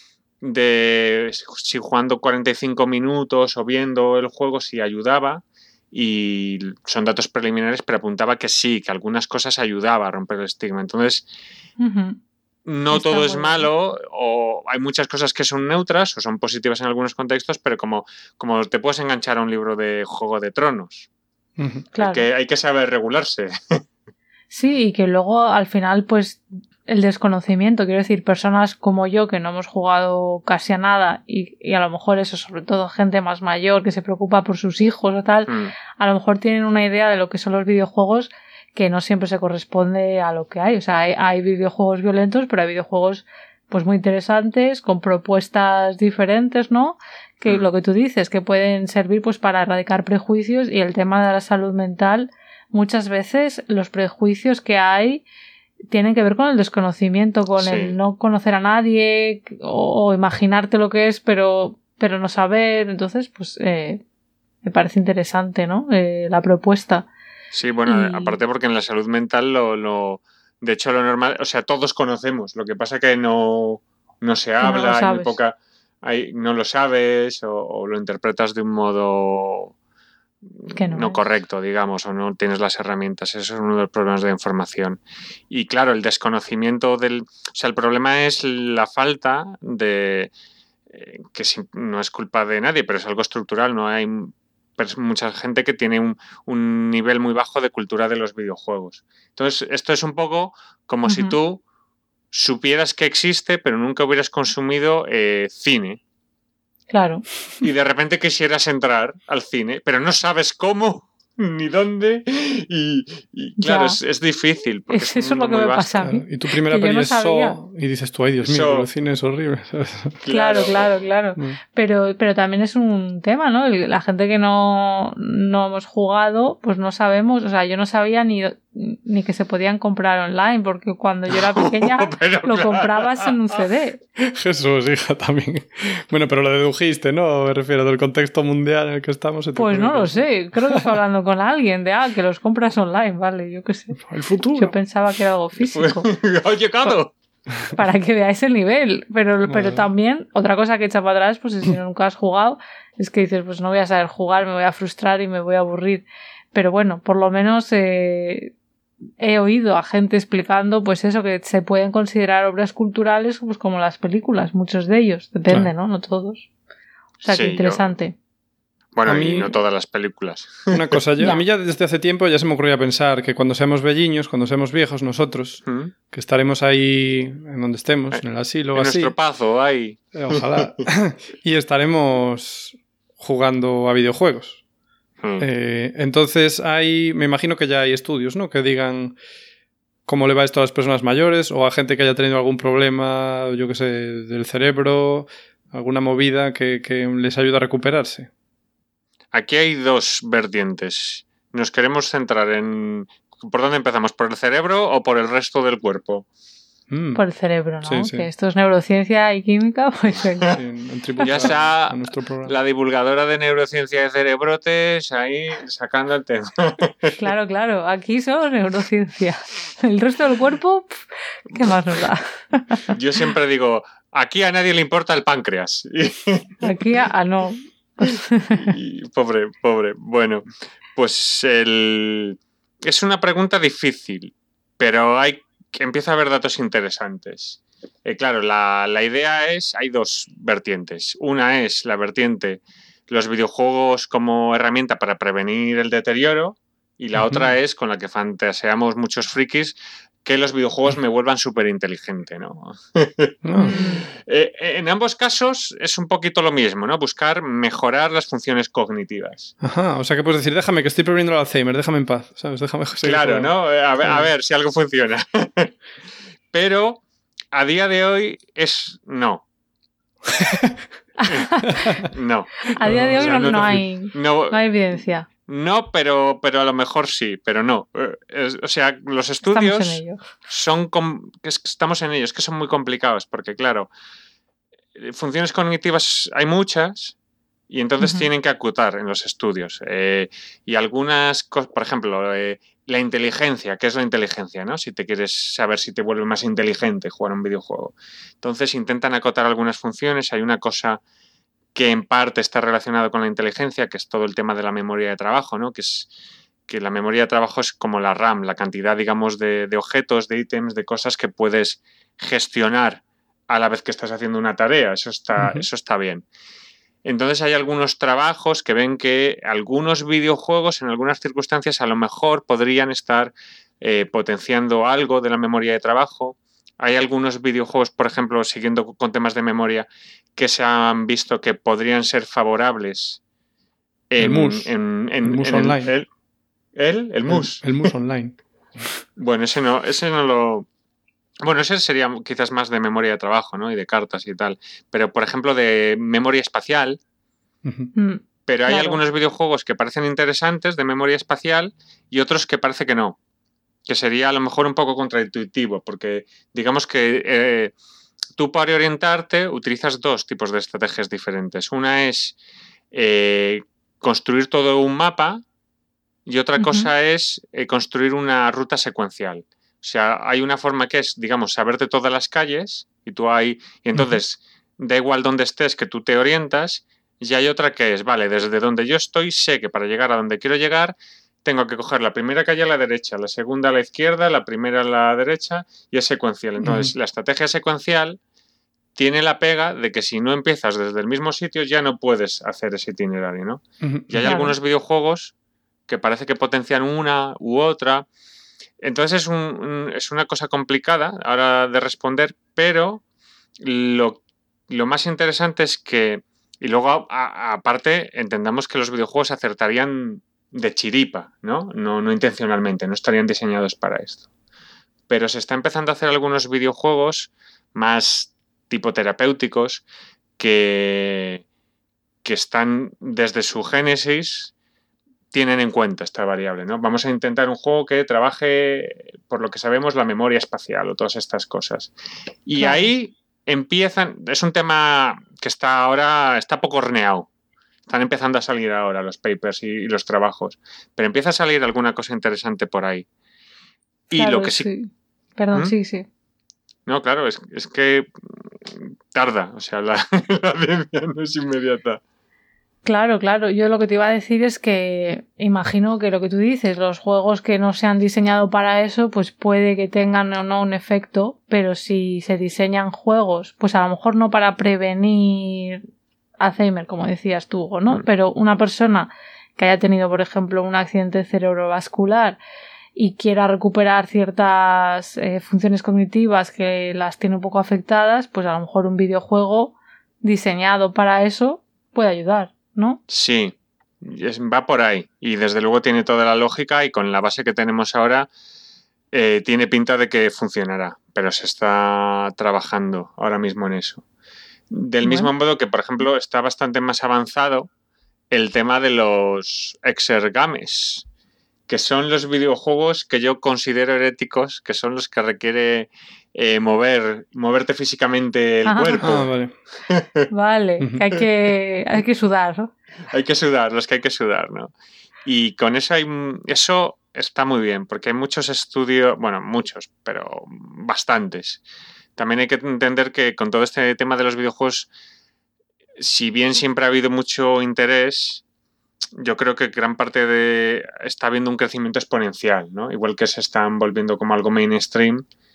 de si jugando 45 minutos o viendo el juego si ayudaba, y son datos preliminares, pero apuntaba que sí, que algunas cosas ayudaba a romper el estigma. Entonces, no está todo es malo, o hay muchas cosas que son neutras o son positivas en algunos contextos, pero como te puedes enganchar a un libro de Juego de Tronos. Claro. Hay que saber regularse. Sí, y que luego al final, pues, el desconocimiento, quiero decir, personas como yo que no hemos jugado casi a nada y a lo mejor eso, sobre todo gente más mayor que se preocupa por sus hijos o tal, a lo mejor tienen una idea de lo que son los videojuegos que no siempre se corresponde a lo que hay. O sea, hay videojuegos violentos, pero hay videojuegos pues muy interesantes, con propuestas diferentes, ¿no? Que lo que tú dices, que pueden servir pues para erradicar prejuicios, y el tema de la salud mental, muchas veces los prejuicios que hay tienen que ver con el desconocimiento, con el no conocer a nadie o imaginarte lo que es, pero no saber. Entonces, pues me parece interesante, ¿no? La propuesta. Sí, bueno, aparte porque en la salud mental de hecho lo normal, o sea, todos conocemos, lo que pasa que no se habla, hay muy poca, no lo sabes o lo interpretas de un modo que no correcto, digamos, o no tienes las herramientas. Eso es uno de los problemas de información. Y claro, el desconocimiento o sea, el problema es la falta de que no es culpa de nadie, pero es algo estructural. No hay mucha gente que tiene un nivel muy bajo de cultura de los videojuegos. Entonces, esto es un poco como si tú supieras que existe, pero nunca hubieras consumido cine. Claro. Y de repente quisieras entrar al cine, pero no sabes cómo ni dónde, y claro, es difícil. Es eso lo que me pasa a mí. Claro. Y tu primera peli es Saw, y dices tú, ay Dios mío, pero el cine es horrible. Claro. Pero también es un tema, ¿no? La gente que no hemos jugado, pues no sabemos, o sea, yo no sabía ni que se podían comprar online, porque cuando yo era pequeña lo comprabas en un CD. Jesús, hija, también. Bueno, pero lo dedujiste, ¿no? Me refiero del contexto mundial en el que estamos. Pues no lo sé, creo que estoy hablando con alguien de que los compras online, vale, yo qué sé. El futuro. Yo pensaba que era algo físico. ¡Ha llegado! Para que veáis el nivel. Pero también, otra cosa que echa para atrás, pues si nunca has jugado, es que dices, pues no voy a saber jugar, me voy a frustrar y me voy a aburrir. Pero bueno, por lo menos he oído a gente explicando, pues eso, que se pueden considerar obras culturales, pues como las películas, muchos de ellos. Depende, ¿no? No todos. O sea, que interesante. Bueno, y no todas las películas. Una cosa, a mí ya desde hace tiempo ya se me ocurría pensar que cuando seamos velliños, cuando seamos viejos nosotros, que estaremos ahí en donde estemos, en el asilo o así. En nuestro pazo, ahí. Ojalá. Y estaremos jugando a videojuegos. Entonces me imagino que ya hay estudios, ¿no? Que digan cómo le va esto a las personas mayores o a gente que haya tenido algún problema, yo qué sé, del cerebro, alguna movida que les ayude a recuperarse. Aquí hay dos vertientes. Nos queremos centrar en... ¿Por dónde empezamos? ¿Por el cerebro o por el resto del cuerpo? Por el cerebro, ¿no? Sí. Que esto es neurociencia y química, pues... Ya está la divulgadora de neurociencia de cerebrotes ahí sacando el tema. Claro. Aquí solo neurociencia. El resto del cuerpo, ¿qué más nos da? Yo siempre digo, aquí a nadie le importa el páncreas. Aquí no... Pobre. Bueno, pues es una pregunta difícil, pero empieza a haber datos interesantes. Claro, la idea hay dos vertientes. Una es la vertiente, los videojuegos como herramienta para prevenir el deterioro, Y la otra es, con la que fantaseamos muchos frikis, que los videojuegos me vuelvan súper inteligente, ¿no? En ambos casos es un poquito lo mismo, ¿no? Buscar mejorar las funciones cognitivas. Ajá, o sea que puedes decir, déjame que estoy previniendo el Alzheimer, déjame en paz, ¿sabes? Déjame seguir Claro, jugando. ¿no? A ver si algo funciona. Pero a día de hoy es no. No. A día de hoy O sea, no hay evidencia. No, pero a lo mejor sí, pero no. O sea, los estudios Estamos en ello. estamos en ellos, que son muy complicados, porque claro, funciones cognitivas hay muchas y entonces tienen que acotar en los estudios. Y algunas cosas, por ejemplo, la inteligencia, ¿qué es la inteligencia? ¿No? Si te quieres saber si te vuelve más inteligente jugar un videojuego. Entonces intentan acotar algunas funciones. Hay una cosa que en parte está relacionado con la inteligencia, que es todo el tema de la memoria de trabajo, ¿no? Que la memoria de trabajo es como la RAM, la cantidad, digamos, de objetos, de ítems, de cosas que puedes gestionar a la vez que estás haciendo una tarea. Eso está bien. Entonces hay algunos trabajos que ven que algunos videojuegos en algunas circunstancias a lo mejor podrían estar potenciando algo de la memoria de trabajo. Hay algunos videojuegos, por ejemplo, siguiendo con temas de memoria, que se han visto que podrían ser favorables el MUS Online. El MUS. El MUS Online. Bueno, ese no lo... Bueno, ese sería quizás más de memoria de trabajo, ¿no? Y de cartas y tal. Pero, por ejemplo, de memoria espacial. Pero hay algunos videojuegos que parecen interesantes de memoria espacial y otros que parece que no. Que sería a lo mejor un poco contraintuitivo, porque digamos que tú para orientarte utilizas dos tipos de estrategias diferentes. Una es construir todo un mapa y otra cosa es construir una ruta secuencial. O sea, hay una forma que es, digamos, saberte todas las calles y entonces da igual dónde estés que tú te orientas, y hay otra que es, vale, desde donde yo estoy sé que para llegar a donde quiero llegar tengo que coger la primera calle a la derecha, la segunda a la izquierda, la primera a la derecha y es secuencial. Entonces, la estrategia secuencial tiene la pega de que si no empiezas desde el mismo sitio ya no puedes hacer ese itinerario, ¿no? Y hay algunos videojuegos que parece que potencian una u otra. Entonces es una cosa complicada ahora de responder, pero lo más interesante es que, y luego aparte entendamos que los videojuegos acertarían de chiripa, ¿no? No intencionalmente, no estarían diseñados para esto. Pero se está empezando a hacer algunos videojuegos más tipo terapéuticos que están desde su génesis, tienen en cuenta esta variable, ¿no? Vamos a intentar un juego que trabaje, por lo que sabemos, la memoria espacial o todas estas cosas. Y ahí empiezan, es un tema que está poco horneado. Están empezando a salir ahora los papers y los trabajos. Pero empieza a salir alguna cosa interesante por ahí. Y lo que sí... Perdón, sí. No, claro, es que tarda. O sea, la ciencia no es inmediata. Claro. Yo lo que te iba a decir es que imagino que lo que tú dices, los juegos que no se han diseñado para eso, pues puede que tengan o no un efecto, pero si se diseñan juegos, pues a lo mejor no para prevenir Alzheimer, como decías tú, ¿no? Pero una persona que haya tenido, por ejemplo, un accidente cerebrovascular y quiera recuperar ciertas funciones cognitivas que las tiene un poco afectadas, pues a lo mejor un videojuego diseñado para eso puede ayudar, ¿no? Sí, va por ahí. Y desde luego tiene toda la lógica y con la base que tenemos ahora tiene pinta de que funcionará. Pero se está trabajando ahora mismo en eso. Del mismo modo que, por ejemplo, está bastante más avanzado el tema de los exergames, que son los videojuegos que yo considero heréticos, que son los que requiere moverte físicamente el cuerpo. Vale, que hay que sudar, ¿no? Hay que sudar, los que hay que sudar, ¿no? Y con eso eso está muy bien, porque hay muchos estudios, bueno, muchos, pero bastantes. También hay que entender que con todo este tema de los videojuegos, si bien siempre ha habido mucho interés, yo creo que gran parte está habiendo un crecimiento exponencial, ¿no? Igual que se están volviendo como algo mainstream,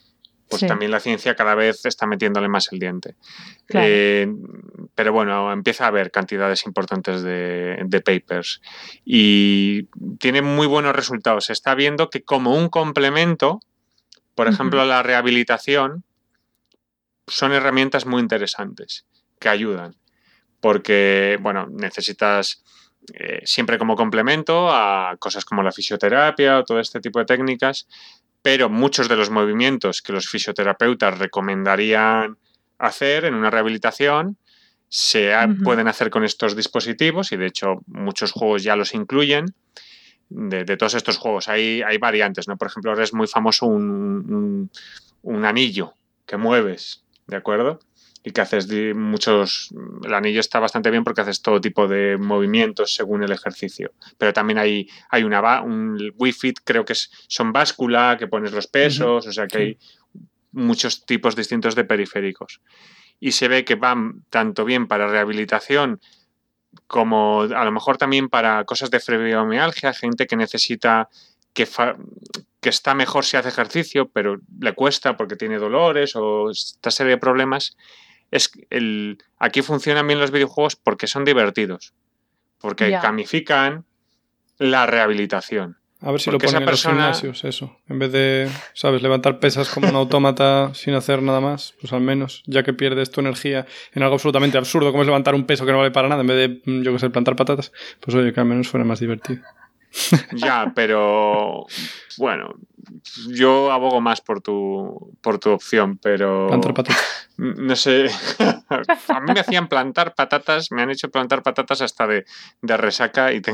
pues Sí. también la ciencia cada vez está metiéndole más el diente. Claro. Pero bueno, empieza a haber cantidades importantes de papers y tiene muy buenos resultados. Se está viendo que como un complemento, por ejemplo, a la rehabilitación, son herramientas muy interesantes que ayudan. Porque, bueno, necesitas siempre como complemento a cosas como la fisioterapia o todo este tipo de técnicas, pero muchos de los movimientos que los fisioterapeutas recomendarían hacer en una rehabilitación pueden hacer con estos dispositivos y de hecho muchos juegos ya los incluyen. De todos estos juegos hay variantes, ¿no? Por ejemplo, ahora es muy famoso un anillo que mueves, ¿de acuerdo? Y que haces el anillo está bastante bien porque haces todo tipo de movimientos según el ejercicio. Pero también hay un Wii Fit, creo que son báscula, que pones los pesos, o sea que hay muchos tipos distintos de periféricos. Y se ve que van tanto bien para rehabilitación como a lo mejor también para cosas de fibromialgia, gente que necesita que está mejor si hace ejercicio, pero le cuesta porque tiene dolores o esta serie de problemas. Aquí funcionan bien los videojuegos porque son divertidos, porque gamifican la rehabilitación. A ver si lo ponen en los gimnasios, eso. En vez de, ¿sabes?, levantar pesas como un autómata sin hacer nada más, pues al menos, ya que pierdes tu energía en algo absolutamente absurdo como es levantar un peso que no vale para nada, en vez de, yo qué sé, plantar patatas, pues oye, que al menos fuera más divertido. Ya, pero bueno, yo abogo más por tu opción, pero plantar patatas. No sé, a mí me hacían plantar patatas, me han hecho plantar patatas hasta de resaca y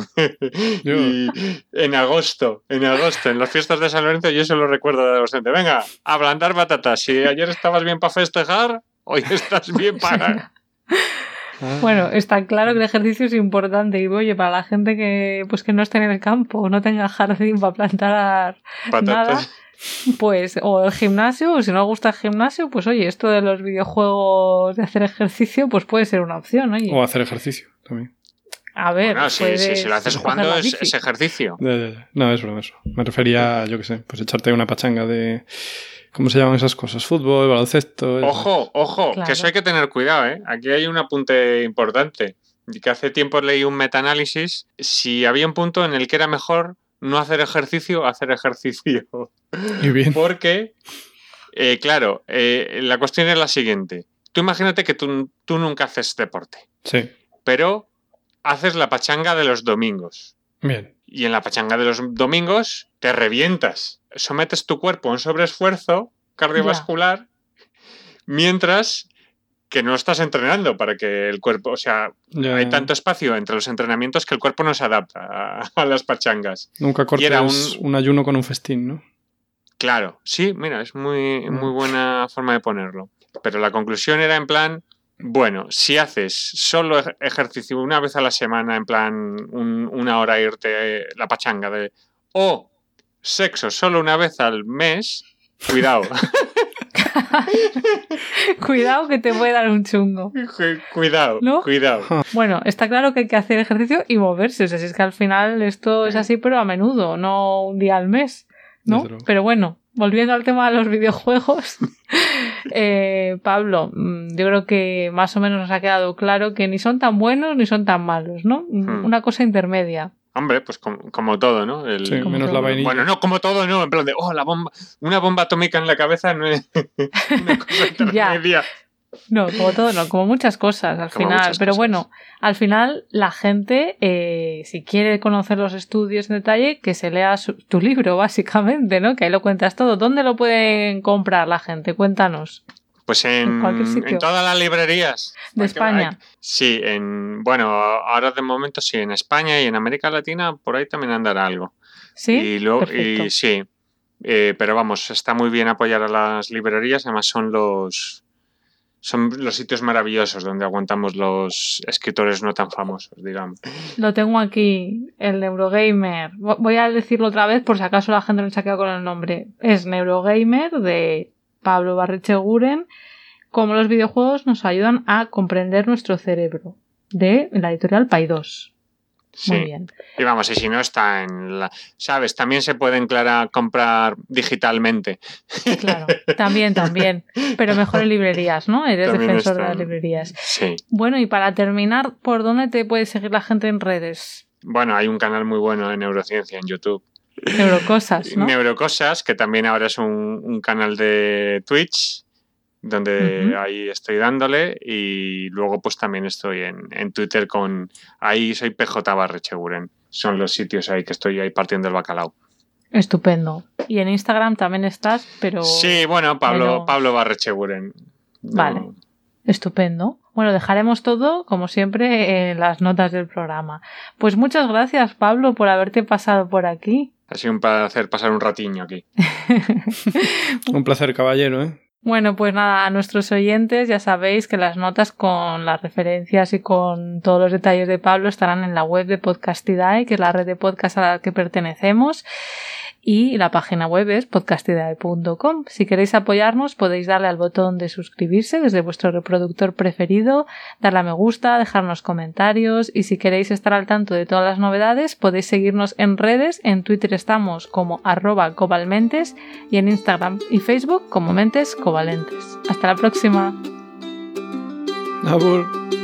en agosto, en las fiestas de San Lorenzo, yo eso lo recuerdo de adolescente. Venga, a plantar patatas. Si ayer estabas bien para festejar, hoy estás bien para... Bueno, está claro que el ejercicio es importante y oye, para la gente que no esté en el campo, no tenga jardín para plantar patatas. Nada, pues o el gimnasio, o si no le gusta el gimnasio, pues oye, esto de los videojuegos de hacer ejercicio, pues puede ser una opción, oye. O hacer ejercicio también. A ver, bueno, si lo haces jugando es ejercicio. No, es broma eso. Me refería a, yo qué sé, pues echarte una pachanga de... ¿Cómo se llaman esas cosas? Fútbol, baloncesto... Ojo, claro. Que eso hay que tener cuidado, ¿eh? Aquí hay un apunte importante. Y que hace tiempo leí un metaanálisis. Si había un punto en el que era mejor no hacer ejercicio, hacer ejercicio. Muy bien. Porque, claro, la cuestión es la siguiente. Tú imagínate que tú nunca haces deporte. Sí. Pero haces la pachanga de los domingos. Bien. Y en la pachanga de los domingos te revientas. Sometes tu cuerpo a un sobreesfuerzo cardiovascular mientras que no estás entrenando para que el cuerpo... O sea, hay tanto espacio entre los entrenamientos que el cuerpo no se adapta a las pachangas. Nunca cortes un ayuno con un festín, ¿no? Claro. Sí, mira, es muy buena forma de ponerlo. Pero la conclusión era en plan... Bueno, si haces solo ejercicio una vez a la semana, en plan una hora irte la pachanga o sexo solo una vez al mes, cuidado. Cuidado que te puede dar un chungo. Cuidado, ¿no? Cuidado. Bueno, está claro que hay que hacer ejercicio y moverse. O sea, si es que al final esto es así, pero a menudo, no un día al mes, ¿no? Pero bueno, volviendo al tema de los videojuegos, Pablo, yo creo que más o menos nos ha quedado claro que ni son tan buenos ni son tan malos, ¿no? Una cosa intermedia. Hombre, pues como todo, ¿no? Sí, menos la vainilla. Bueno, no, como todo, no, en plan de, la bomba, una bomba atómica en la cabeza no es una cosa intermedia. No, como todo, no, como muchas cosas al final. Pero bueno, al final la gente, si quiere conocer los estudios en detalle, que se lea tu libro, básicamente, ¿no? Que ahí lo cuentas todo. ¿Dónde lo pueden comprar la gente? Cuéntanos. Pues en todas las librerías de España. Sí, ahora de momento sí, en España y en América Latina por ahí también andará algo. Sí, y sí, pero vamos, está muy bien apoyar a las librerías, además son los sitios maravillosos donde aguantamos los escritores no tan famosos, digamos. Lo tengo aquí, el Neurogamer. Voy a decirlo otra vez por si acaso la gente no se ha quedado con el nombre. Es Neurogamer de Pablo Barrecheguren, cómo los videojuegos nos ayudan a comprender nuestro cerebro, de la editorial Paidós. Sí. Muy bien. Y vamos, y si no está en la... ¿Sabes? También se pueden comprar digitalmente. Claro, también. Pero mejor en librerías, ¿no? Eres También defensor de están. las librerías. Sí. Bueno, y para terminar, ¿por dónde te puede seguir la gente en redes? Bueno, hay un canal muy bueno de neurociencia en YouTube. Neurocosas, ¿no? Neurocosas, que también ahora es un canal de Twitch, donde ahí estoy dándole, y luego pues también estoy en Twitter ahí soy PJ Barrecheguren. Son los sitios ahí que estoy ahí partiendo el bacalao. Estupendo. Y en Instagram también estás, pero... Sí, bueno, Pablo Barrecheguren. Vale, estupendo. Bueno, dejaremos todo, como siempre, en las notas del programa. Pues muchas gracias, Pablo, por haberte pasado por aquí. Ha sido un placer pasar un ratiño aquí. Un placer, caballero, ¿eh? Bueno, pues nada, a nuestros oyentes ya sabéis que las notas con las referencias y con todos los detalles de Pablo estarán en la web de Podcastidae, que es la red de podcast a la que pertenecemos, y la página web es podcastidae.com. Si queréis apoyarnos podéis darle al botón de suscribirse desde vuestro reproductor preferido, darle a me gusta, dejarnos comentarios, y si queréis estar al tanto de todas las novedades podéis seguirnos en redes. En Twitter estamos como @cobalmentes y en Instagram y Facebook como Mentes Covalentes. Hasta la próxima. Abur.